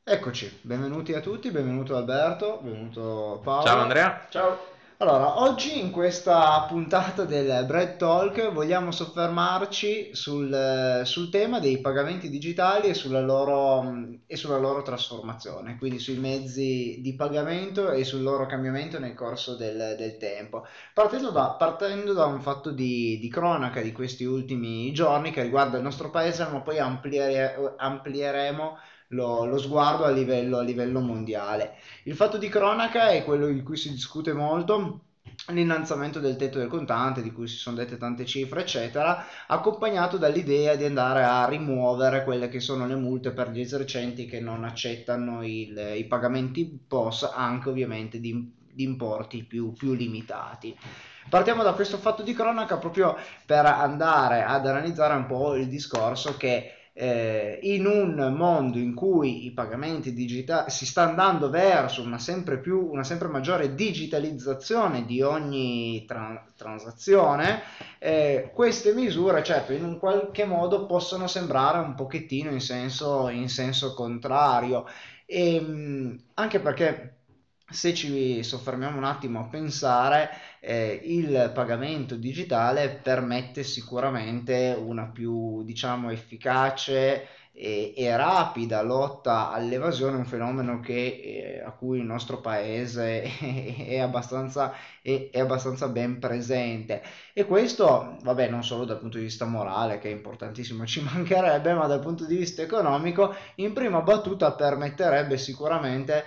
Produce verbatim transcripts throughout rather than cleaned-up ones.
Eccoci, benvenuti a tutti, benvenuto Alberto, benvenuto Ciao Paolo. Andrea. Ciao. Allora, oggi in questa puntata del Bread Talk vogliamo soffermarci sul, sul tema dei pagamenti digitali e sulla loro, mh, e sulla loro trasformazione, quindi sui mezzi di pagamento e sul loro cambiamento nel corso del, del tempo. Partendo da, partendo da un fatto di, di cronaca di questi ultimi giorni che riguarda il nostro paese, ma poi ampliere- amplieremo lo, lo sguardo a livello, a livello mondiale. Il fatto di cronaca è quello di cui si discute molto, l'innalzamento del tetto del contante, di cui si sono dette tante cifre, eccetera, accompagnato dall'idea di andare a rimuovere quelle che sono le multe per gli esercenti che non accettano il- i pagamenti P O S, anche ovviamente di, di importi più, più limitati. Partiamo da questo fatto di cronaca proprio per andare ad analizzare un po' il discorso che eh, in un mondo in cui i pagamenti digitali si sta andando verso una sempre più, una sempre maggiore digitalizzazione di ogni tra- transazione, eh, queste misure, certo, in un qualche modo possono sembrare un pochettino in senso, in senso contrario, e, mh, anche perché se ci soffermiamo un attimo a pensare, eh, il pagamento digitale permette sicuramente una più, diciamo, efficace e, e rapida lotta all'evasione, un fenomeno che, eh, a cui il nostro paese è, è abbastanza, è, è abbastanza ben presente. E questo, vabbè, non solo dal punto di vista morale, che è importantissimo, ci mancherebbe, ma dal punto di vista economico, in prima battuta permetterebbe sicuramente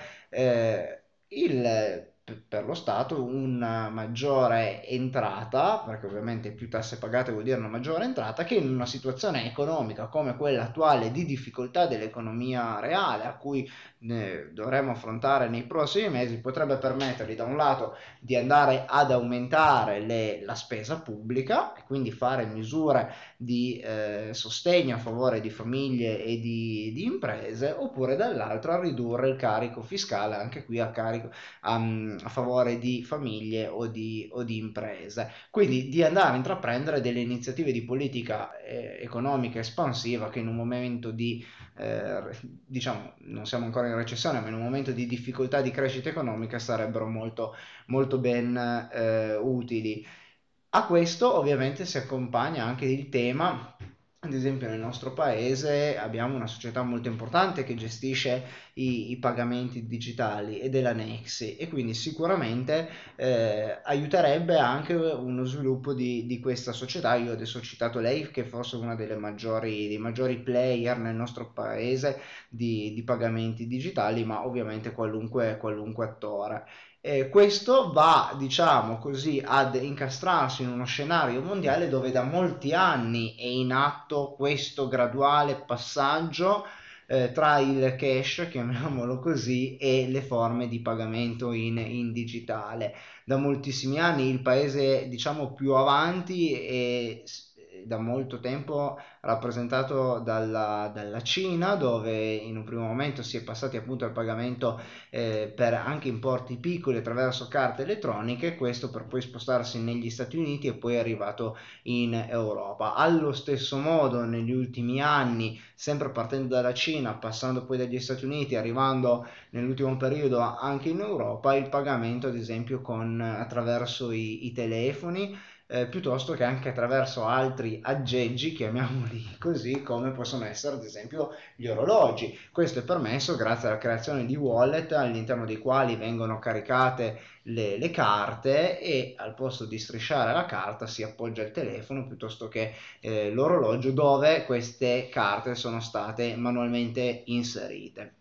eh, il, per lo Stato una maggiore entrata, perché ovviamente più tasse pagate vuol dire una maggiore entrata, che in una situazione economica come quella attuale di difficoltà dell'economia reale, a cui ne dovremo affrontare nei prossimi mesi, potrebbe permettergli da un lato di andare ad aumentare le, la spesa pubblica e quindi fare misure di eh, sostegno a favore di famiglie e di, di imprese, oppure dall'altro a ridurre il carico fiscale, anche qui a, carico, a, a favore di famiglie o di, o di imprese. Quindi di andare a intraprendere delle iniziative di politica eh, economica espansiva che in un momento di, eh, diciamo, non siamo ancora in recessione, ma in un momento di difficoltà di crescita economica sarebbero molto, molto ben eh, utili. A questo ovviamente si accompagna anche il tema, ad esempio nel nostro paese abbiamo una società molto importante che gestisce i, i pagamenti digitali ed è la Nexi, e quindi sicuramente eh, aiuterebbe anche uno sviluppo di, di questa società. Io adesso ho citato lei che è forse una delle maggiori, dei maggiori player nel nostro paese di, di pagamenti digitali, ma ovviamente qualunque, qualunque attore. Eh, questo va, diciamo così, ad incastrarsi in uno scenario mondiale dove da molti anni è in atto questo graduale passaggio eh, tra il cash, chiamiamolo così, e le forme di pagamento in, in digitale. Da moltissimi anni il paese, diciamo, più avanti è da molto tempo rappresentato dalla, dalla Cina, dove in un primo momento si è passati appunto al pagamento eh, per anche importi piccoli attraverso carte elettroniche, questo per poi spostarsi negli Stati Uniti e poi è arrivato in Europa. Allo stesso modo negli ultimi anni, sempre partendo dalla Cina, passando poi dagli Stati Uniti, arrivando nell'ultimo periodo anche in Europa, il pagamento ad esempio con, attraverso i, i telefoni, eh, piuttosto che anche attraverso altri aggeggi, chiamiamoli così, come possono essere ad esempio gli orologi. Questo è permesso grazie alla creazione di wallet all'interno dei quali vengono caricate le, le carte, e al posto di strisciare la carta si appoggia il telefono piuttosto che eh, l'orologio dove queste carte sono state manualmente inserite.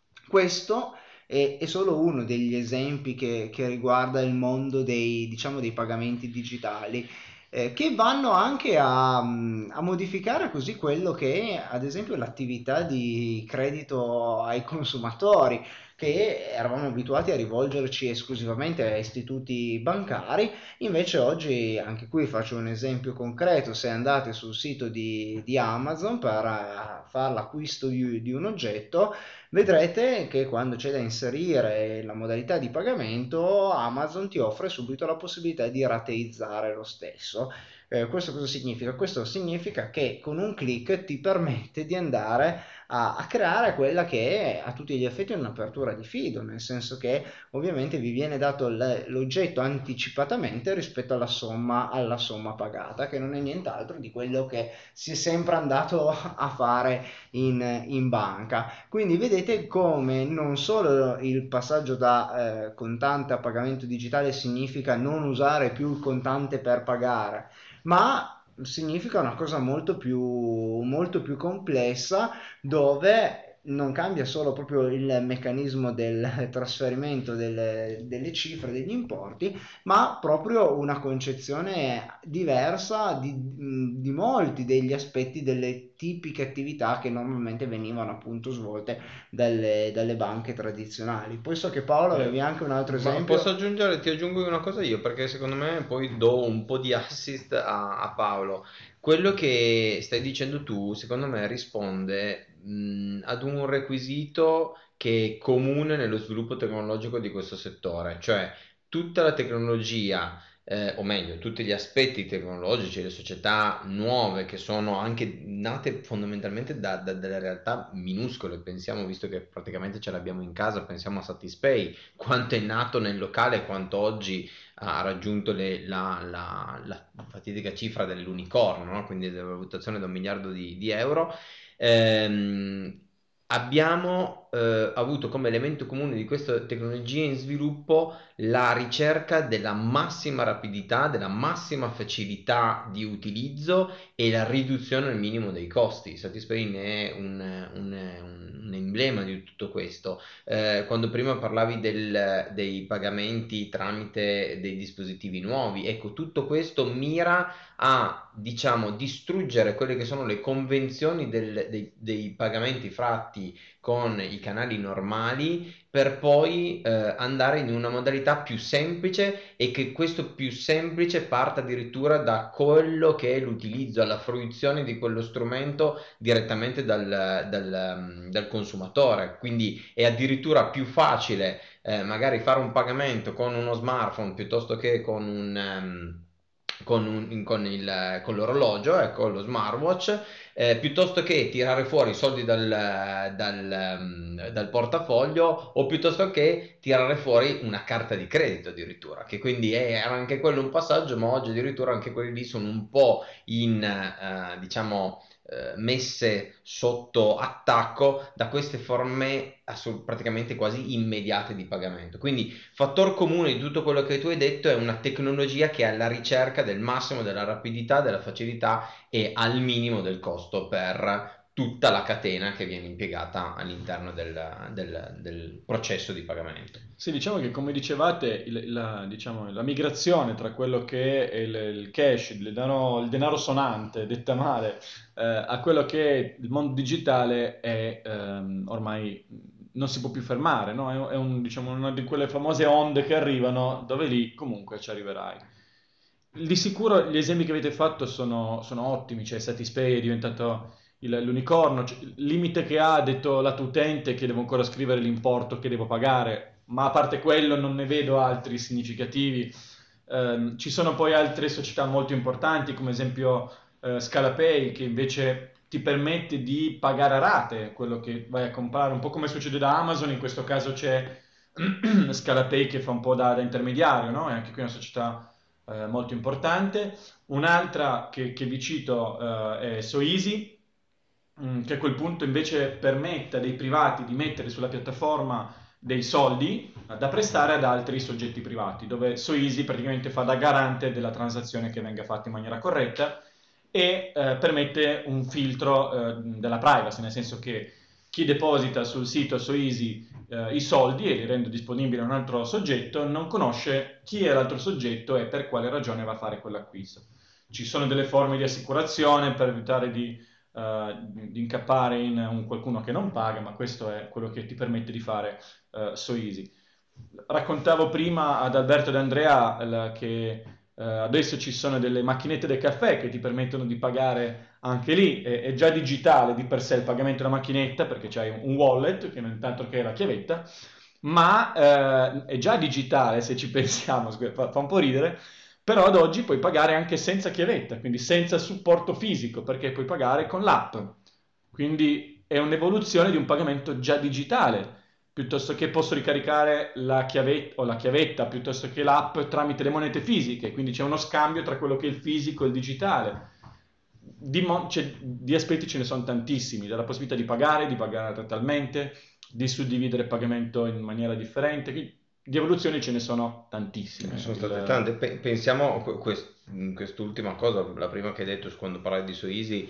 Questo è, è solo uno degli esempi che, che riguarda il mondo dei, diciamo, dei pagamenti digitali, eh, che vanno anche a, a modificare così quello che è, ad esempio, l'attività di credito ai consumatori, che eravamo abituati a rivolgerci esclusivamente a istituti bancari. Invece oggi, anche qui faccio un esempio concreto: se andate sul sito di, di Amazon per eh, fare l'acquisto di, di un oggetto, vedrete che quando c'è da inserire la modalità di pagamento, Amazon ti offre subito la possibilità di rateizzare lo stesso. Eh, questo cosa significa? Questo significa che con un click ti permette di andare a, a creare quella che è a tutti gli effetti un'apertura di fido, nel senso che ovviamente vi viene dato l- l'oggetto anticipatamente rispetto alla somma, alla somma pagata, che non è nient'altro di quello che si è sempre andato a fare in, in banca. Quindi vedete come non solo il passaggio da eh, contante a pagamento digitale significa non usare più il contante per pagare, ma significa una cosa molto più, molto più complessa, dove non cambia solo proprio il meccanismo del trasferimento delle, delle cifre, degli importi, ma proprio una concezione diversa di, di molti degli aspetti delle tipiche attività che normalmente venivano appunto svolte dalle, dalle banche tradizionali. Poi so che Paolo Eh, avevi anche un altro ma posso esempio. aggiungere, ti aggiungo una cosa io, perché secondo me poi do un po' di assist a, a Paolo. Quello che stai dicendo tu, secondo me, risponde mh, ad un requisito che è comune nello sviluppo tecnologico di questo settore, cioè tutta la tecnologia, eh, o meglio, tutti gli aspetti tecnologici, le società nuove che sono anche nate fondamentalmente da, da delle realtà minuscole. Pensiamo, visto che praticamente ce l'abbiamo in casa, pensiamo a Satispay, quanto è nato nel locale, quanto oggi ha raggiunto le- la, la- la fatidica cifra dell'unicorno, no? Quindi della valutazione da un miliardo di, di euro. Ehm, Abbiamo eh, avuto come elemento comune di queste tecnologie in sviluppo la ricerca della massima rapidità, della massima facilità di utilizzo e la riduzione al minimo dei costi. Satispay è un, un- un emblema di tutto questo. Eh, quando prima parlavi del- dei pagamenti tramite dei dispositivi nuovi, ecco, tutto questo mira a, diciamo, distruggere quelle che sono le convenzioni del- dei, dei pagamenti fatti con i canali normali, per poi eh, andare in una modalità più semplice, e che questo più semplice parta addirittura da quello che è l'utilizzo, alla fruizione di quello strumento direttamente dal, dal, um, dal consumatore. Quindi è addirittura più facile eh, magari fare un pagamento con uno smartphone piuttosto che con un... um, con, un- con il- con l'orologio, ecco, lo smartwatch, eh, piuttosto che tirare fuori i soldi dal, dal, um, dal portafoglio, o piuttosto che tirare fuori una carta di credito addirittura, che quindi è anche quello un passaggio, ma oggi addirittura anche quelli lì sono un po' in, eh, diciamo, eh, messe sotto attacco da queste forme assolut- praticamente quasi immediate di pagamento. Quindi fattor comune di tutto quello che tu hai detto è una tecnologia che è alla ricerca del massimo della rapidità, della facilità e al minimo del costo per tutta la catena che viene impiegata all'interno del, del- del processo di pagamento. Sì, diciamo che come dicevate, il- la, diciamo, la migrazione tra quello che è il, il cash, il denaro, il denaro sonante, detta male, eh, a quello che è il mondo digitale è ehm, ormai non si può più fermare, no? È, è un- diciamo, una di quelle famose onde che arrivano, dove lì comunque ci arriverai. Di sicuro gli esempi che avete fatto sono, sono ottimi, cioè Satispay è diventato il- l'unicorno, cioè, il limite che ha, ha detto lato utente, che devo ancora scrivere l'importo che devo pagare, ma a parte quello non ne vedo altri significativi. Ehm, ci sono poi altre società molto importanti, come esempio eh, Scalapay, che invece ti permette di pagare a rate quello che vai a comprare, un po' come succede da Amazon. In questo caso c'è Scalapay che fa un po' da, da intermediario, no? È anche qui una società eh, molto importante. Un'altra che, che vi cito eh, è SoEasy, mh, che a quel punto invece permette a dei privati di mettere sulla piattaforma dei soldi eh, da prestare ad altri soggetti privati, dove SoEasy praticamente fa da garante della transazione che venga fatta in maniera corretta e eh, permette un filtro eh, della privacy, nel senso che chi deposita sul sito SoEasy eh, i soldi e li rende disponibili a un altro soggetto non conosce chi è l'altro soggetto e per quale ragione va a fare quell'acquisto. Ci sono delle forme di assicurazione per evitare di, eh, di incappare in un qualcuno che non paga, ma questo è quello che ti permette di fare eh, SoEasy. Raccontavo prima ad Alberto e ad Andrea la- che eh, adesso ci sono delle macchinette del caffè che ti permettono di pagare anche lì, è, è già digitale di per sé il pagamento della macchinetta perché c'hai un, un wallet che non è tanto che è la chiavetta, ma eh, è già digitale se ci pensiamo, fa, fa un po' ridere, Però ad oggi puoi pagare anche senza chiavetta, quindi senza supporto fisico, perché puoi pagare con l'app. Quindi è un'evoluzione di un pagamento già digitale, piuttosto che posso ricaricare la chiavetta o la chiavetta piuttosto che l'app tramite le monete fisiche, quindi c'è uno scambio tra quello che è il fisico e il digitale. Di, mo- cioè, di aspetti ce ne sono tantissimi, dalla possibilità di pagare, di pagare totalmente, di suddividere il pagamento in maniera differente, quindi di evoluzioni ce ne sono tantissime. Sono state Il- tante. Pe- pensiamo a que- quest- mh, quest'ultima cosa, la prima che hai detto quando parlavi di Soisi,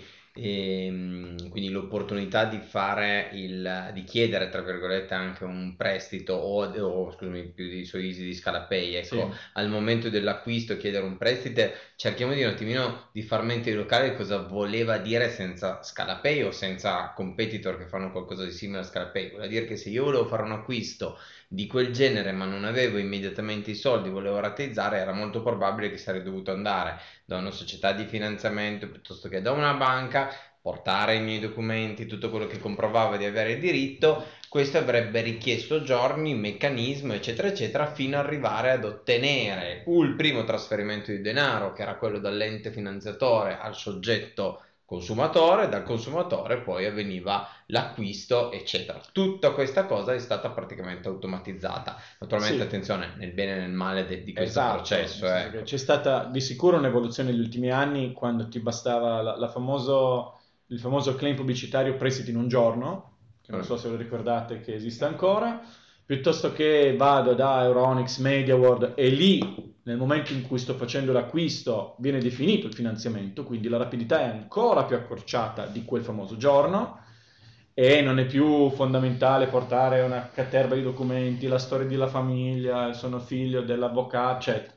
ehm, quindi l'opportunità di fare il, di chiedere, tra virgolette, anche un prestito o, o, scusami, più di Soisi, di Scalapay, sì, ecco, al momento dell'acquisto chiedere un prestito, cerchiamo di un attimino di far mente locale cosa voleva dire senza Scalapay o senza competitor che fanno qualcosa di simile a Scalapay. Vuol dire che se io volevo fare un acquisto di quel genere ma non avevo immediatamente i soldi, volevo rateizzare, era molto probabile che sarei dovuto andare da una società di finanziamento piuttosto che da una banca, portare i miei documenti, tutto quello che comprovava di avere il diritto. Questo avrebbe richiesto giorni, meccanismo, eccetera, eccetera, fino ad arrivare ad ottenere il primo trasferimento di denaro, che era quello dall'ente finanziatore al soggetto consumatore, dal consumatore poi avveniva l'acquisto, eccetera. Tutta questa cosa è stata praticamente automatizzata. Naturalmente, sì. attenzione, nel bene e nel male de- di questo Esatto, processo, nel senso che ecco. c'è stata di sicuro un'evoluzione negli ultimi anni quando ti bastava la, la famoso, il famoso claim pubblicitario prestiti in un giorno, che non Eh, so se lo ricordate che esiste ancora, piuttosto che vado da Euronics, MediaWorld e lì nel momento in cui sto facendo l'acquisto viene definito il finanziamento, quindi la rapidità è ancora più accorciata di quel famoso giorno e non è più fondamentale portare una caterva di documenti, la storia della famiglia, sono figlio dell'avvocato, eccetera.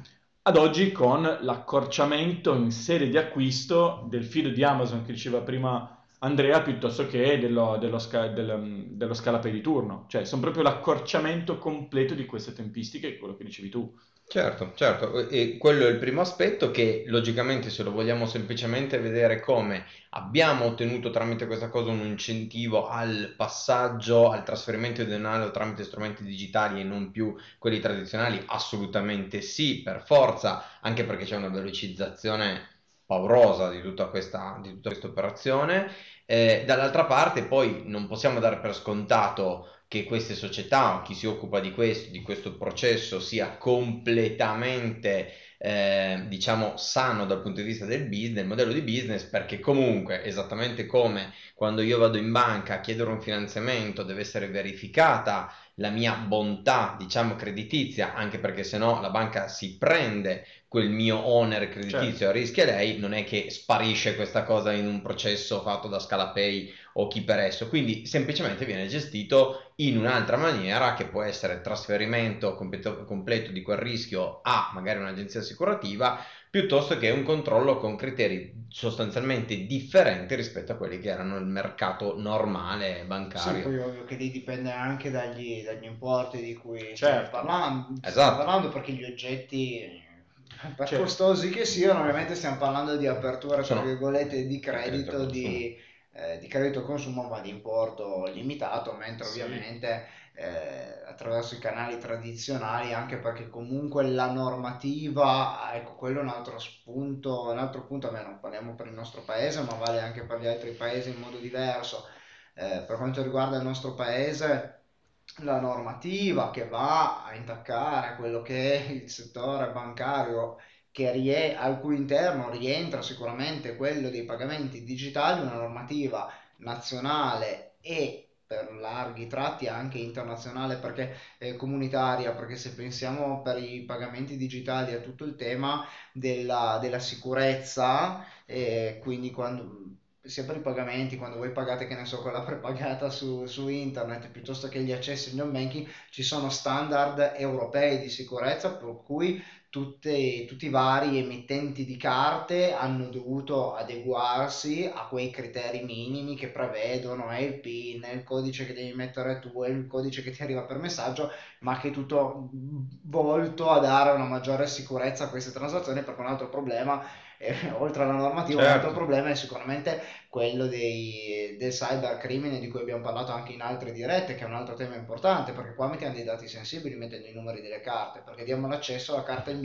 Ad oggi con l'accorciamento in sede di acquisto del feed di Amazon che diceva prima Andrea piuttosto che dello, dello, sca- del- dello Scalapay di turno, cioè sono proprio l'accorciamento completo di queste tempistiche, quello che dicevi tu. Certo, certo, e quello è il primo aspetto che logicamente se lo vogliamo semplicemente vedere come abbiamo ottenuto tramite questa cosa un incentivo al passaggio, al trasferimento di denaro tramite strumenti digitali e non più quelli tradizionali, assolutamente sì, per forza, anche perché c'è una velocizzazione paurosa di tutta questa, di tutta questa operazione. Eh, dall'altra parte poi non possiamo dare per scontato che queste società o chi si occupa di questo, di questo processo sia completamente eh, diciamo sano dal punto di vista del business, del modello di business, perché comunque esattamente come quando io vado in banca a chiedere un finanziamento deve essere verificata la mia bontà, diciamo, creditizia, anche perché se no la banca si prende quel mio onere Certo. creditizio a rischio, lei non è che sparisce questa cosa in un processo fatto da Scalapay o chi per esso, quindi semplicemente viene gestito in un'altra maniera che può essere trasferimento completo, completo di quel rischio a magari un'agenzia assicurativa piuttosto che un controllo con criteri sostanzialmente differenti rispetto a quelli che erano il mercato normale Sì, bancario. poi ovvio che lì dipende anche dagli, dagli importi di cui stiamo Certo, parlando, stiamo Esatto. parlando perché gli oggetti, eh, per cioè, costosi che siano, ovviamente stiamo parlando di aperture, tra Sono virgolette, di di credito al credito, consumo. di, eh, di credito consumo, ma di importo limitato, mentre sì, ovviamente eh, attraverso i canali tradizionali, anche perché comunque la normativa, ecco, quello è un altro spunto, un altro punto, almeno parliamo per il nostro paese, ma vale anche per gli altri paesi in modo diverso. Eh, per quanto riguarda il nostro paese, la normativa che va a intaccare quello che è il settore bancario, che rie- al cui interno rientra sicuramente quello dei pagamenti digitali, una normativa nazionale e per larghi tratti anche internazionale perché eh, comunitaria, perché se pensiamo per i pagamenti digitali a tutto il tema della, della sicurezza, e quindi quando sia per i pagamenti, quando voi pagate, che ne so, quella prepagata su, su internet, piuttosto che gli accessi in home banking, ci sono standard europei di sicurezza per cui tutte, tutti i vari emittenti di carte hanno dovuto adeguarsi a quei criteri minimi che prevedono è il PIN, è il codice che devi mettere tu, è il codice che ti arriva per messaggio, ma che è tutto volto a dare una maggiore sicurezza a queste transazioni, perché un altro problema, eh, oltre alla normativa, un altro Certo. problema è sicuramente quello dei, del cybercrimine di cui abbiamo parlato anche in altre dirette, che è un altro tema importante, perché qua mettiamo dei dati sensibili mettendo i numeri delle carte, perché diamo l'accesso alla carta in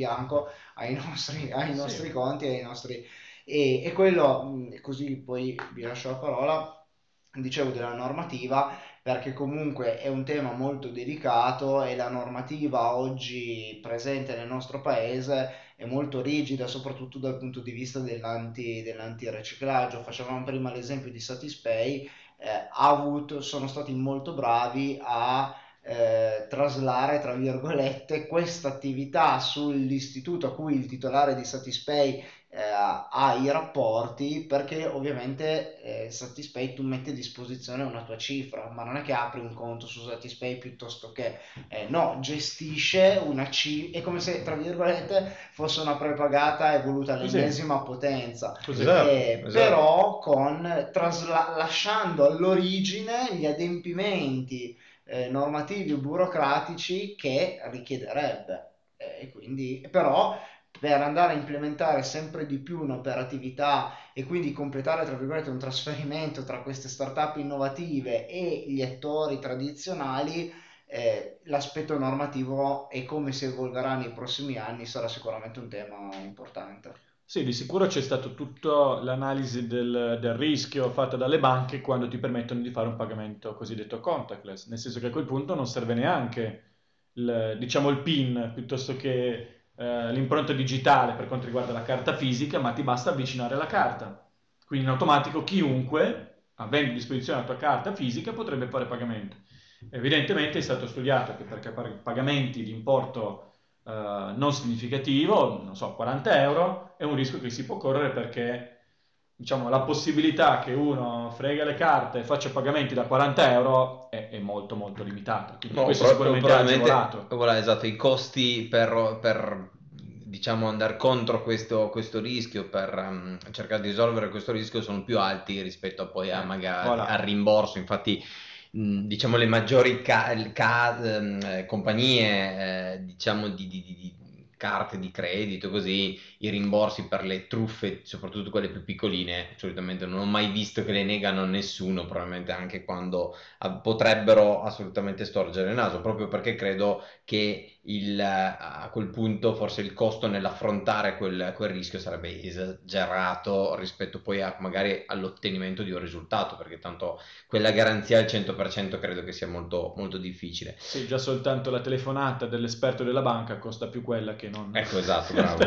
bianco ai nostri, ai nostri Sì. conti, ai nostri... E, e quello, mh, così poi vi lascio la parola, dicevo della normativa, perché comunque è un tema molto delicato e la normativa oggi presente nel nostro paese è molto rigida, soprattutto dal punto di vista dell'anti, dell'antiriciclaggio. Facevamo prima l'esempio di Satispay, eh, ha avuto, sono stati molto bravi a eh, traslare, tra virgolette, questa attività sull'istituto a cui il titolare di Satispay eh, ha i rapporti, perché ovviamente eh, Satispay tu metti a disposizione una tua cifra, ma non è che apri un conto su Satispay piuttosto che eh, no, gestisce una cifra, è come se tra virgolette fosse una prepagata evoluta Così, all'ennesima potenza. così. Esatto, Eh, esatto. però con trasla- lasciando all'origine gli adempimenti eh, normativi o burocratici che richiederebbe. Eh, e quindi, però, per andare a implementare sempre di più un'operatività e quindi completare, tra virgolette, un trasferimento tra queste startup innovative e gli attori tradizionali, eh, l'aspetto normativo e come si evolverà nei prossimi anni sarà sicuramente un tema importante. Sì, di sicuro c'è stato tutta l'analisi del, del rischio fatta dalle banche quando ti permettono di fare un pagamento cosiddetto contactless, nel senso che a quel punto non serve neanche il, diciamo, il PIN piuttosto che eh, l'impronta digitale per quanto riguarda la carta fisica, ma ti basta avvicinare la carta. Quindi in automatico chiunque, avendo a disposizione la tua carta fisica, potrebbe fare pagamento. Evidentemente è stato studiato che per pag- pagamenti di importo eh, non significativo, non so, quaranta euro, è un rischio che si può correre perché, diciamo, la possibilità che uno frega le carte e faccia pagamenti da quaranta euro è, è molto molto limitata. Quindi No, questo pro- sicuramente è probabilmente, agevolato. voilà, esatto, i costi per, per, diciamo, andare contro questo, questo rischio, per um, cercare di risolvere questo rischio sono più alti rispetto a poi a Eh, magari voilà. al rimborso. Infatti, mh, diciamo, le maggiori ca- ca- ehm, eh, compagnie, eh, diciamo, di, di- di- di carte di credito, così, i rimborsi per le truffe, soprattutto quelle più piccoline, solitamente non ho mai visto che le negano a nessuno, probabilmente anche quando ah, potrebbero assolutamente storgere il naso, proprio perché credo che il, a quel punto forse il costo nell'affrontare quel, quel rischio sarebbe esagerato rispetto poi a, magari all'ottenimento di un risultato, perché tanto quella garanzia al cento per cento credo che sia molto, molto difficile. Sì, già soltanto la telefonata dell'esperto della banca costa più quella che non... Ecco, esatto, bravo.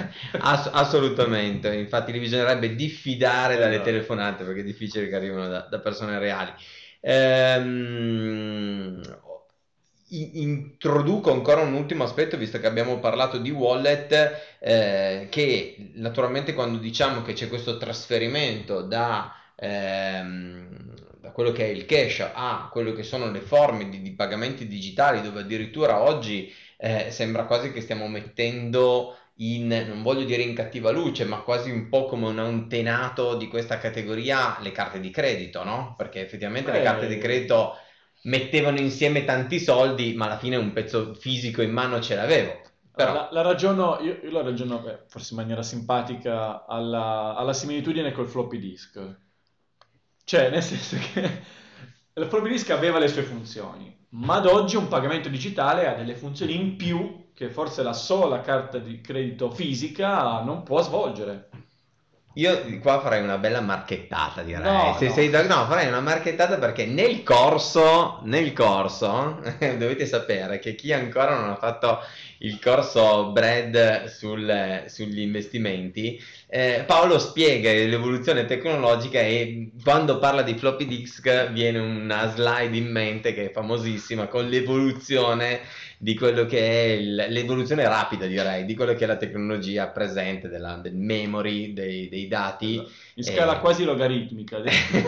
Ass- assolutamente, infatti li bisognerebbe diffidare dalle Esatto. telefonate perché è difficile che arrivino da, da persone reali. Ehm, i- introduco ancora un ultimo aspetto, visto che abbiamo parlato di wallet, eh, che naturalmente quando diciamo che c'è questo trasferimento da, ehm, da quello che è il cash a quello che sono le forme di, di pagamenti digitali, dove addirittura oggi eh, sembra quasi che stiamo mettendo in, non voglio dire in cattiva luce, ma quasi un po' come un antenato di questa categoria, le carte di credito, no? Perché effettivamente le carte di Beh, credito mettevano insieme tanti soldi, ma alla fine un pezzo fisico in mano ce l'avevo. allora, Però, la, la ragiono, io, io la ragiono, beh, forse in maniera simpatica, alla, alla similitudine col floppy disk. Cioè, nel senso che il floppy disk aveva le sue funzioni, ma ad oggi un pagamento digitale ha delle funzioni in più che forse la sola carta di credito fisica non può svolgere. io di qua farei una bella marchettata, direi. No, Se no. sei da- no, farei una marchettata perché nel corso, nel corso, dovete sapere che chi ancora non ha fatto il corso Bread sul- sugli investimenti, eh, Paolo spiega l'evoluzione tecnologica e quando parla di floppy disk viene una slide in mente che è famosissima con l'evoluzione di quello che è il- l'evoluzione rapida, direi, di quello che è la tecnologia presente della- del memory dei, dei dati. In scala Eh, quasi logaritmica.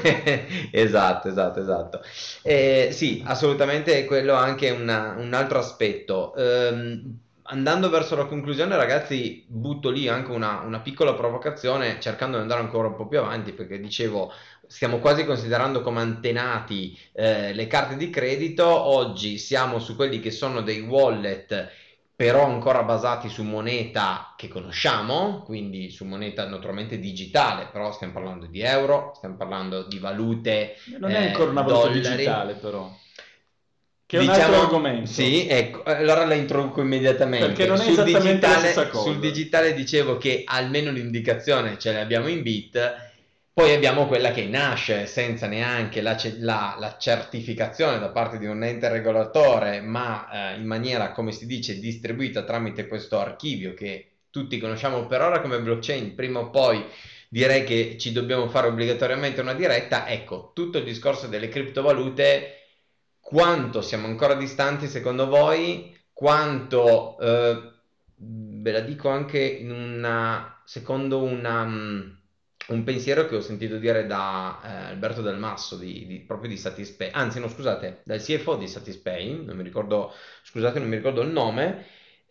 esatto, esatto, esatto. Eh, sì, assolutamente quello anche una- un altro aspetto. Ehm, andando verso la conclusione, ragazzi, butto lì anche una, una piccola provocazione, cercando di andare ancora un po' più avanti, perché dicevo, stiamo quasi considerando come antenati eh, le carte di credito. Oggi siamo su quelli che sono dei wallet, però ancora basati su moneta che conosciamo, quindi su moneta naturalmente digitale, però stiamo parlando di euro, stiamo parlando di valute, Non è eh, ancora una valuta dollari. digitale, però. che è un diciamo, altro argomento. Sì, ecco, allora la introduco immediatamente. Perché non è sul esattamente digitale, la stessa cosa. Sul digitale dicevo che almeno l'indicazione ce l'abbiamo in bit, poi abbiamo quella che nasce senza neanche la, la, la certificazione da parte di un ente regolatore, ma eh, in maniera, come si dice, distribuita tramite questo archivio che tutti conosciamo per ora come blockchain. Prima o poi direi che ci dobbiamo fare obbligatoriamente una diretta. Ecco, tutto il discorso delle criptovalute, quanto siamo ancora distanti secondo voi? Quanto, eh, ve la dico anche in una, secondo una, um, un pensiero che ho sentito dire da eh, Alberto Del Masso, di, di, proprio di Satispay, anzi no scusate, dal C F O di Satispay, non mi ricordo, scusate non mi ricordo il nome,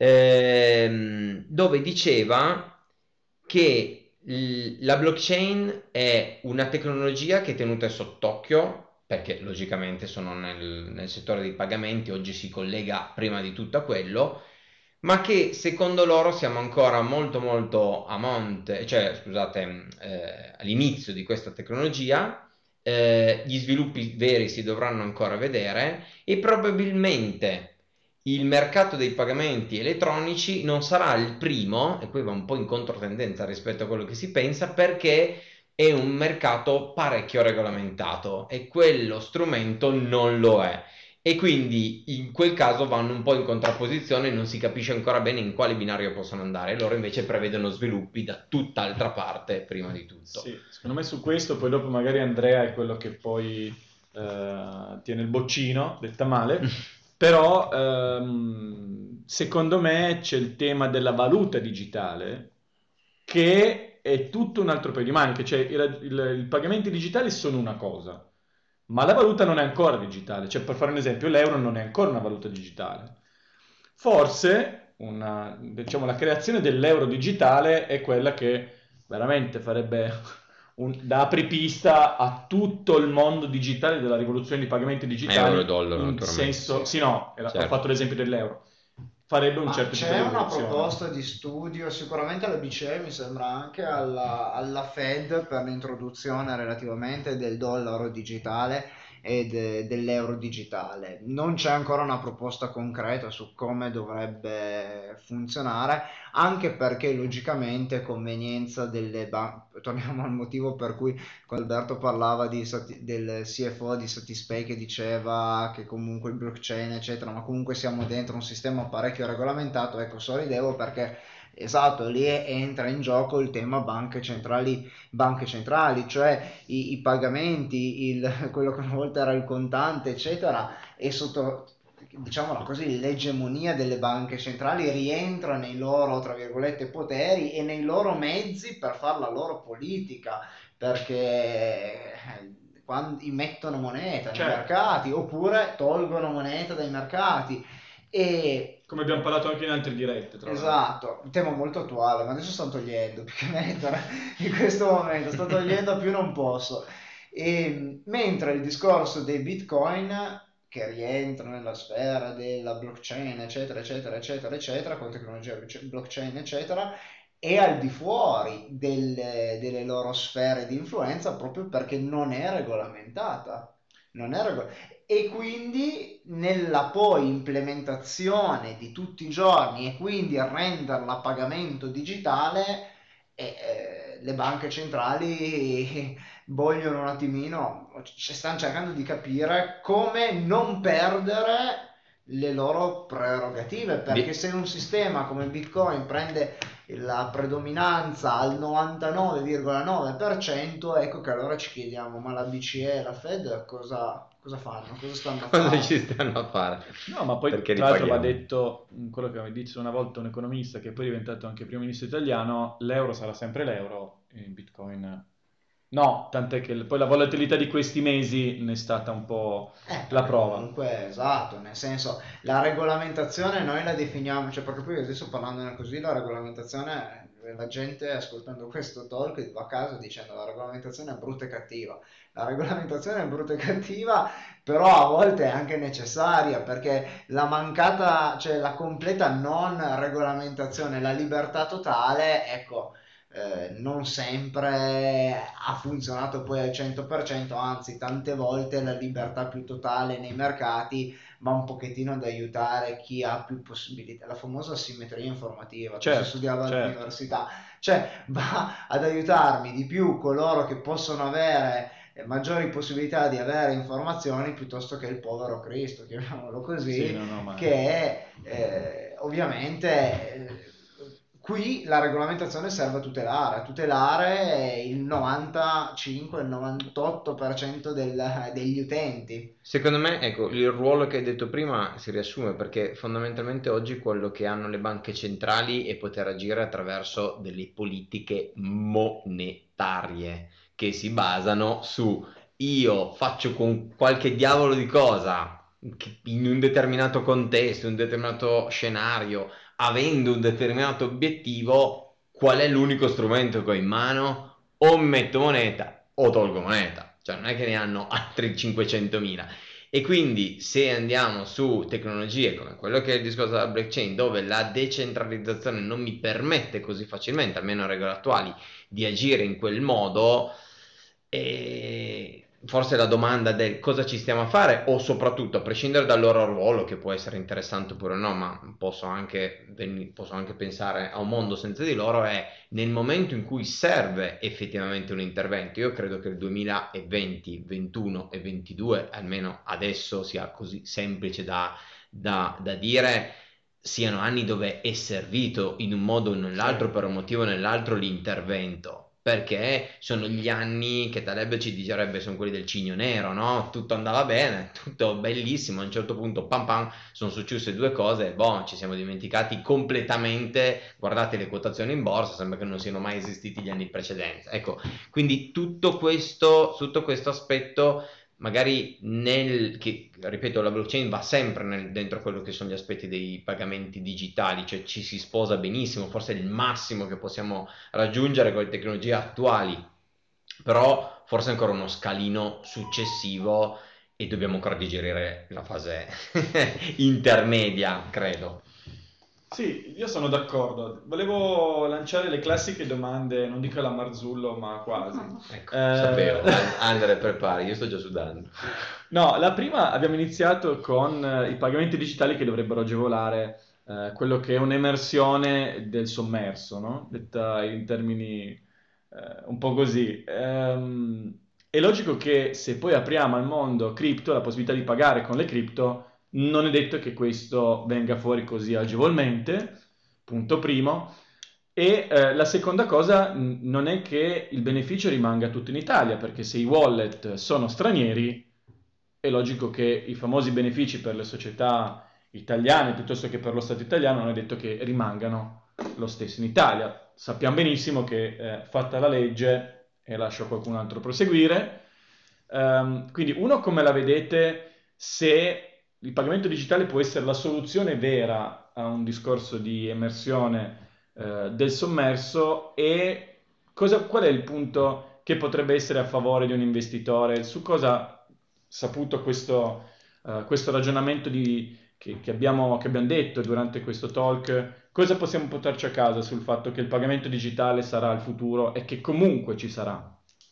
ehm, dove diceva che l- la blockchain è una tecnologia che è tenuta sott'occhio, perché logicamente sono nel, nel settore dei pagamenti, oggi si collega prima di tutto a quello, ma che secondo loro siamo ancora molto molto a monte, cioè scusate, eh, all'inizio di questa tecnologia, eh, gli sviluppi veri si dovranno ancora vedere e probabilmente il mercato dei pagamenti elettronici non sarà il primo, e qui va un po' in controtendenza rispetto a quello che si pensa, perché è un mercato parecchio regolamentato e quello strumento non lo è. E quindi in quel caso vanno un po' in contrapposizione e non si capisce ancora bene in quale binario possono andare. Loro invece prevedono sviluppi da tutt'altra parte prima di tutto. Sì, secondo me su questo poi dopo magari Andrea è quello che poi eh, tiene il boccino, detta male, però ehm, secondo me c'è il tema della valuta digitale che è tutto un altro paio di maniche, cioè il, il, i pagamenti digitali sono una cosa, ma la valuta non è ancora digitale, cioè per fare un esempio l'euro non è ancora una valuta digitale. Forse una, diciamo, la creazione dell'euro digitale è quella che veramente farebbe un, da apripista a tutto il mondo digitale della rivoluzione dei pagamenti digitali. Euro e dollaro, in naturalmente. senso, sì, no, era, Certo. ho fatto l'esempio dell'euro. Farebbe un Ma certo tipo c'è di una rivoluzione. proposta di studio, sicuramente alla B C E, mi sembra anche alla, alla Fed, per l'introduzione relativamente del dollaro digitale e de- dell'euro digitale. Non c'è ancora una proposta concreta su come dovrebbe funzionare, anche perché logicamente convenienza delle banche. Torniamo al motivo per cui Alberto parlava di Sati- del C F O di Satispay, che diceva che comunque il blockchain eccetera, ma comunque siamo dentro un sistema parecchio regolamentato. Ecco, sorridevo perché esatto, lì entra in gioco il tema banche centrali, banche centrali, cioè i, i pagamenti, il, quello che una volta era il contante eccetera, e sotto, diciamola così, l'egemonia delle banche centrali rientra nei loro, tra virgolette, poteri e nei loro mezzi per fare la loro politica, perché quando mettono moneta nei Certo. mercati oppure tolgono moneta dai mercati. E come abbiamo parlato anche in altre dirette, tra esatto, un tema molto attuale, ma adesso sto togliendo più che mettere in questo momento, sto togliendo più non posso. E, mentre il discorso dei bitcoin, che rientra nella sfera della blockchain eccetera eccetera eccetera eccetera, con tecnologia blockchain eccetera, è al di fuori delle, delle loro sfere di influenza, proprio perché non è regolamentata. Non è regol- e quindi nella poi implementazione di tutti i giorni, e quindi renderla a pagamento digitale, eh, eh, le banche centrali vogliono un attimino, ci stanno cercando di capire come non perdere le loro prerogative, perché Bi- se un sistema come Bitcoin prende la predominanza al novantanove virgola nove per cento, ecco che allora ci chiediamo, ma la B C E e la Fed cosa, cosa fanno? Cosa stanno a Cosa fare? ci stanno a fare? No, ma poi Perché li tra l'altro va paghiamo? detto mh, quello che mi disse una volta un economista che poi è diventato anche primo ministro italiano, l'euro sarà sempre l'euro e il Bitcoin no, tant'è che poi la volatilità di questi mesi ne è stata un po' Eh, la perché prova. comunque, esatto, nel senso, la regolamentazione noi la definiamo, cioè proprio qui adesso parlandone così, la regolamentazione, eh, la gente ascoltando questo talk va a casa dicendo la regolamentazione è brutta e cattiva. La regolamentazione è brutta e cattiva, però a volte è anche necessaria, perché la mancata, cioè la completa non regolamentazione, la libertà totale, ecco, eh, non sempre ha funzionato poi al cento per cento, anzi tante volte la libertà più totale nei mercati va un pochettino ad aiutare chi ha più possibilità, la famosa asimmetria informativa che si Certo, studiava certo. all'università, cioè va ad aiutarmi di più coloro che possono avere eh, maggiori possibilità di avere informazioni piuttosto che il povero Cristo, chiamiamolo così, Sì, no, no, ma... che eh, ovviamente eh, qui la regolamentazione serve a tutelare, a tutelare il novantacinque, il novantotto per cento del- degli utenti. Secondo me, ecco, il ruolo che hai detto prima si riassume perché fondamentalmente oggi quello che hanno le banche centrali è poter agire attraverso delle politiche monetarie che si basano su io faccio con qualche diavolo di cosa che in un determinato contesto, in un determinato scenario, avendo un determinato obiettivo, qual è l'unico strumento che ho in mano? O metto moneta o tolgo moneta, cioè non è che ne hanno altri cinquecentomila. E quindi se andiamo su tecnologie come quello che è il discorso della blockchain, dove la decentralizzazione non mi permette così facilmente, almeno a regole attuali, di agire in quel modo, e forse la domanda del cosa ci stiamo a fare, o soprattutto a prescindere dal loro ruolo, che può essere interessante oppure no, ma posso anche, posso anche pensare a un mondo senza di loro, è nel momento in cui serve effettivamente un intervento. Io credo che il duemilaventi, ventuno e ventidue, almeno adesso sia così semplice da, da, da dire, siano anni dove è servito in un modo o nell'altro, per un motivo o nell'altro, l'intervento. Perché sono gli anni che Taleb ci direbbe sono quelli del cigno nero, no? Tutto andava bene, tutto bellissimo, a un certo punto pam pam sono successe due cose e boh, ci siamo dimenticati completamente. Guardate le quotazioni in borsa, sembra che non siano mai esistiti gli anni precedenti. Ecco, quindi tutto questo, tutto questo aspetto magari nel che, ripeto, la blockchain va sempre nel, dentro quello che sono gli aspetti dei pagamenti digitali, cioè ci si sposa benissimo, forse è il massimo che possiamo raggiungere con le tecnologie attuali, però forse ancora uno scalino successivo e dobbiamo ancora digerire la fase intermedia, credo. Sì, io sono d'accordo. Volevo lanciare le classiche domande, non dico alla Marzullo, ma quasi. Ecco, Eh, sapevo. Andre, prepari, io sto già sudando. No, la prima abbiamo iniziato con eh, i pagamenti digitali che dovrebbero agevolare eh, quello che è un'emersione del sommerso, no? Detta in termini eh, un po' così. Ehm, è logico che se poi apriamo al mondo cripto, la possibilità di pagare con le cripto, non è detto che questo venga fuori così agevolmente, punto primo. E eh, la seconda cosa n- non è che il beneficio rimanga tutto in Italia, perché se i wallet sono stranieri, è logico che i famosi benefici per le società italiane piuttosto che per lo Stato italiano non è detto che rimangano lo stesso in Italia. Sappiamo benissimo che eh, fatta la legge, e lascio a qualcun altro proseguire, ehm, quindi uno come la vedete se il pagamento digitale può essere la soluzione vera a un discorso di emersione eh, del sommerso e cosa, qual è il punto che potrebbe essere a favore di un investitore? Su cosa ha saputo questo, eh, questo ragionamento di- che, che abbiamo, che abbiamo detto durante questo talk? Cosa possiamo portarci a casa sul fatto che il pagamento digitale sarà il futuro e che comunque ci sarà?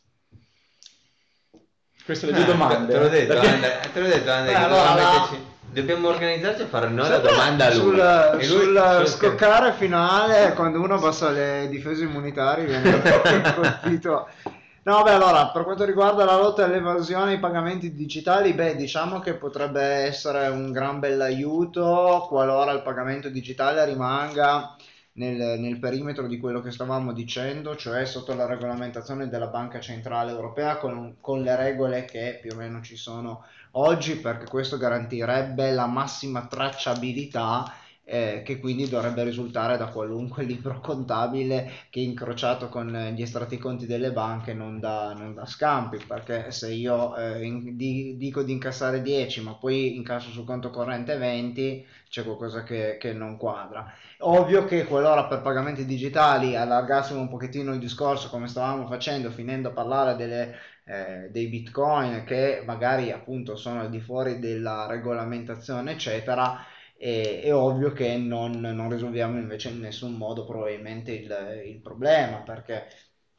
Queste sono le due Eh, te, domande. te l'ho eh, detto, perché- Andre, te l'ho detto, Andre, Beh, che allora, dobbiamo la- metterci- dobbiamo organizzarci a fare noi la Secondo me domanda a lui. sul, E lui sul solo scoccare finale, quando uno abbassa le difese immunitarie, viene colpito. No, beh, allora, per quanto riguarda la lotta all'evasione e i pagamenti digitali, beh, diciamo che potrebbe essere un gran bell'aiuto qualora il pagamento digitale rimanga nel, nel perimetro di quello che stavamo dicendo, cioè sotto la regolamentazione della Banca Centrale Europea con, con le regole che più o meno ci sono oggi, perché questo garantirebbe la massima tracciabilità eh, che quindi dovrebbe risultare da qualunque libro contabile che incrociato con gli estratti conti delle banche non dà, non dà scampi, perché se io eh, in- di- dico di incassare dieci ma poi incasso sul conto corrente venti c'è qualcosa che, che non quadra. Ovvio che qualora per pagamenti digitali allargassimo un pochettino il discorso come stavamo facendo, finendo a parlare delle, eh, dei bitcoin che magari appunto sono al di fuori della regolamentazione eccetera, è, è ovvio che non, non risolviamo invece in nessun modo probabilmente il, il problema, perché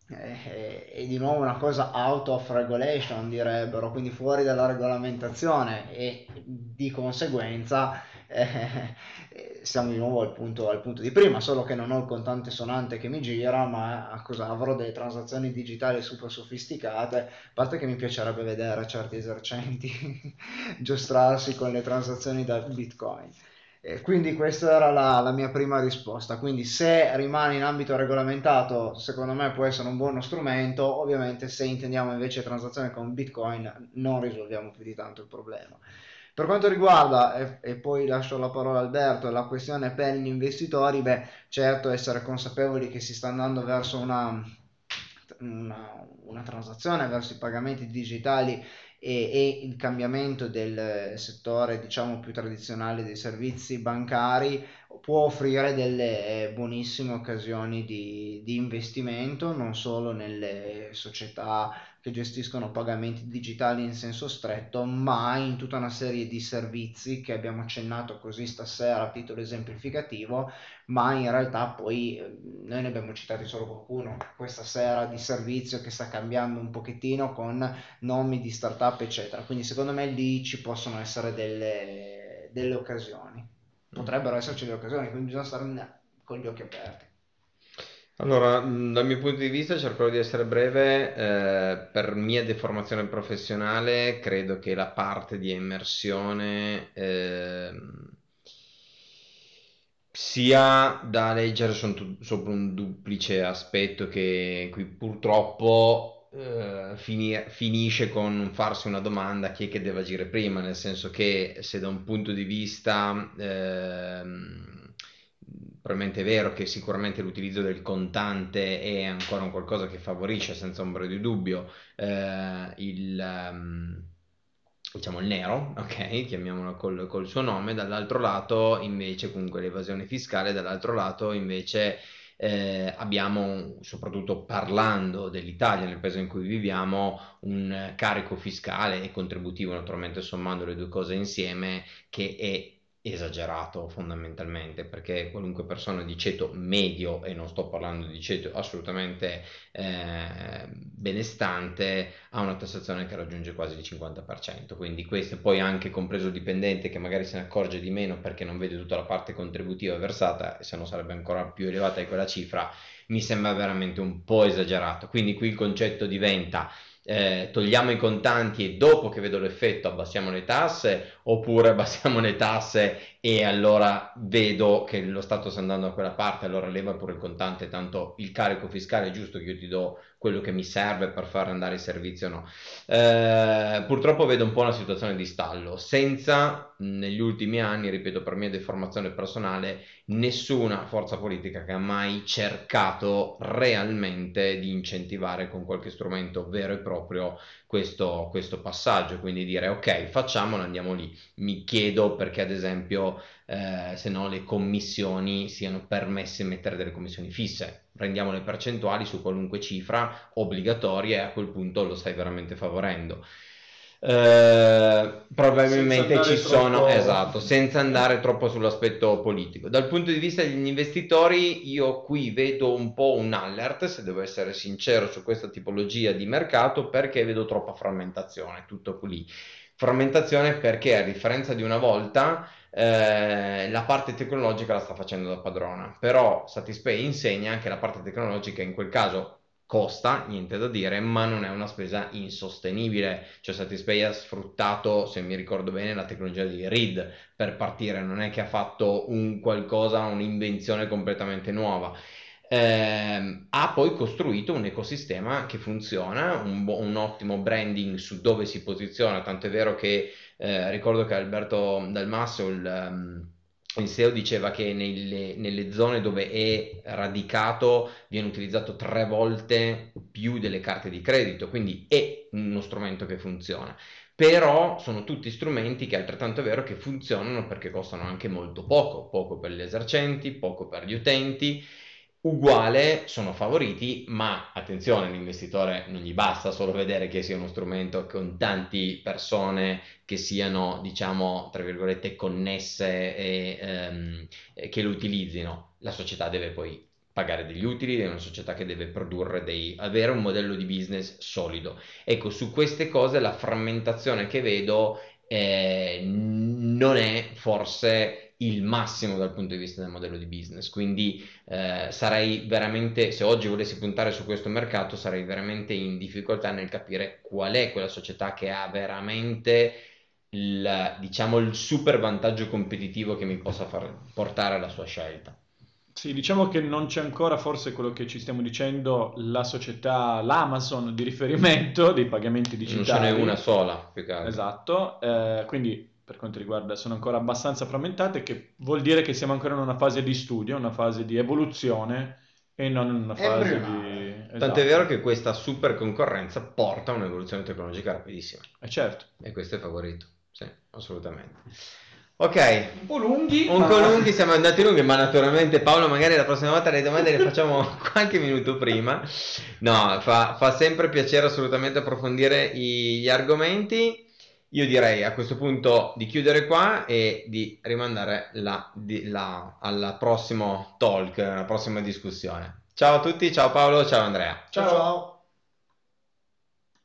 è, è di nuovo una cosa out of regulation, direbbero, quindi fuori dalla regolamentazione, e di conseguenza eh, eh, siamo di nuovo al punto, al punto di prima, solo che non ho il contante sonante che mi gira, ma a cosa avrò delle transazioni digitali super sofisticate, a parte che mi piacerebbe vedere certi esercenti giostrarsi con le transazioni da Bitcoin. E quindi questa era la, la mia prima risposta. Quindi se rimane in ambito regolamentato, secondo me può essere un buono strumento. Ovviamente se intendiamo invece transazioni con Bitcoin, non risolviamo più di tanto il problema. Per quanto riguarda, e, e poi lascio la parola a Alberto, la questione per gli investitori, beh, certo essere consapevoli che si sta andando verso una, una, una transazione, verso i pagamenti digitali e, e il cambiamento del settore, diciamo, più tradizionale dei servizi bancari può offrire delle eh, buonissime occasioni di, di investimento, non solo nelle società che gestiscono pagamenti digitali in senso stretto, ma in tutta una serie di servizi che abbiamo accennato così stasera a titolo esemplificativo, ma in realtà poi eh, noi ne abbiamo citati solo qualcuno questa sera di servizio che sta cambiando un pochettino con nomi di startup, eccetera. Quindi secondo me lì ci possono essere delle, delle occasioni. Potrebbero esserci delle occasioni, quindi bisogna stare con gli occhi aperti. Allora, mh, dal mio punto di vista cercherò di essere breve, eh, per mia deformazione professionale credo che la parte di immersione ehm, sia da leggere son- sopra un duplice aspetto che in cui purtroppo eh, fini- finisce con farsi una domanda: chi è che deve agire prima? Nel senso che se da un punto di vista ehm, probabilmente è vero che sicuramente l'utilizzo del contante è ancora un qualcosa che favorisce senza ombra di dubbio eh, il, ehm, diciamo il nero, ok, chiamiamolo col, col suo nome. Dall'altro lato invece comunque l'evasione fiscale, dall'altro lato invece eh, abbiamo, soprattutto parlando dell'Italia, nel paese in cui viviamo, un carico fiscale e contributivo, naturalmente sommando le due cose insieme, che è esagerato fondamentalmente, perché qualunque persona di ceto medio, e non sto parlando di ceto assolutamente eh, benestante, ha una tassazione che raggiunge quasi il cinquanta per cento. Quindi questo, poi anche compreso il dipendente che magari se ne accorge di meno perché non vede tutta la parte contributiva versata, e se no sarebbe ancora più elevata di quella cifra, mi sembra veramente un po' esagerato. Quindi qui il concetto diventa eh, togliamo i contanti e dopo che vedo l'effetto abbassiamo le tasse, oppure abbassiamo le tasse e allora vedo che lo Stato sta andando da quella parte, allora leva pure il contante, tanto il carico fiscale è giusto che io ti do quello che mi serve per far andare i servizi o no. Eh, purtroppo vedo un po' una situazione di stallo, senza negli ultimi anni, ripeto per mia deformazione personale, nessuna forza politica che ha mai cercato realmente di incentivare con qualche strumento vero e proprio questo, questo passaggio, quindi dire ok, facciamolo, andiamo lì. Mi chiedo perché ad esempio eh, se no le commissioni siano permesse mettere delle commissioni fisse, prendiamo le percentuali su qualunque cifra obbligatorie, e a quel punto lo stai veramente favorendo. Eh, Senza probabilmente ci andare sono, troppo... esatto, senza andare troppo sull'aspetto politico. Dal punto di vista degli investitori, io qui vedo un po' un alert, se devo essere sincero, su questa tipologia di mercato, perché vedo troppa frammentazione, tutto lì. Frammentazione perché, a differenza di una volta, eh, la parte tecnologica la sta facendo da padrona, però Satispay insegna che la parte tecnologica in quel caso costa, niente da dire, ma non è una spesa insostenibile. Cioè Satispay ha sfruttato, se mi ricordo bene, la tecnologia di Reed per partire, non è che ha fatto un qualcosa, un'invenzione completamente nuova. Eh, ha poi costruito un ecosistema che funziona, un, bo- un ottimo branding su dove si posiziona, tanto è vero che eh, ricordo che Alberto Dalmasso, il, um, il S E O, diceva che nelle, nelle zone dove è radicato viene utilizzato tre volte più delle carte di credito, quindi è uno strumento che funziona. Però sono tutti strumenti che è altrettanto vero che funzionano perché costano anche molto poco, poco per gli esercenti, poco per gli utenti. Uguale, sono favoriti, ma attenzione, l'investitore non gli basta solo vedere che sia uno strumento con tante persone che siano, diciamo, tra virgolette, connesse e ehm, e che lo utilizzino. La società deve poi pagare degli utili, è una società che deve produrre dei, avere un modello di business solido. Ecco, su queste cose la frammentazione che vedo eh, non è forse il massimo dal punto di vista del modello di business, quindi eh, sarei veramente, se oggi volessi puntare su questo mercato, sarei veramente in difficoltà nel capire qual è quella società che ha veramente il, diciamo, il super vantaggio competitivo che mi possa far portare alla sua scelta. Sì, diciamo che non c'è ancora forse quello che ci stiamo dicendo, la società, l'Amazon di riferimento dei pagamenti Non ce n'è digitali. una sola, più che altro. Esatto, eh, quindi per quanto riguarda sono ancora abbastanza frammentate, che vuol dire che siamo ancora in una fase di studio, una fase di evoluzione e non in una fase Embrionale. di... Tanto è Esatto, vero che questa super concorrenza porta a un'evoluzione tecnologica rapidissima è certo. e questo è favorito, sì, assolutamente. Ok, Un po' lunghi, un ma... po' lunghi, siamo andati lunghi, ma naturalmente Paolo magari la prossima volta le domande le facciamo qualche minuto prima. No, fa, fa sempre piacere assolutamente approfondire i- gli argomenti. Io direi a questo punto di chiudere qua e di rimandare la, di, la, al prossimo talk, alla prossima discussione. Ciao a tutti, ciao Paolo, ciao Andrea. Ciao ciao.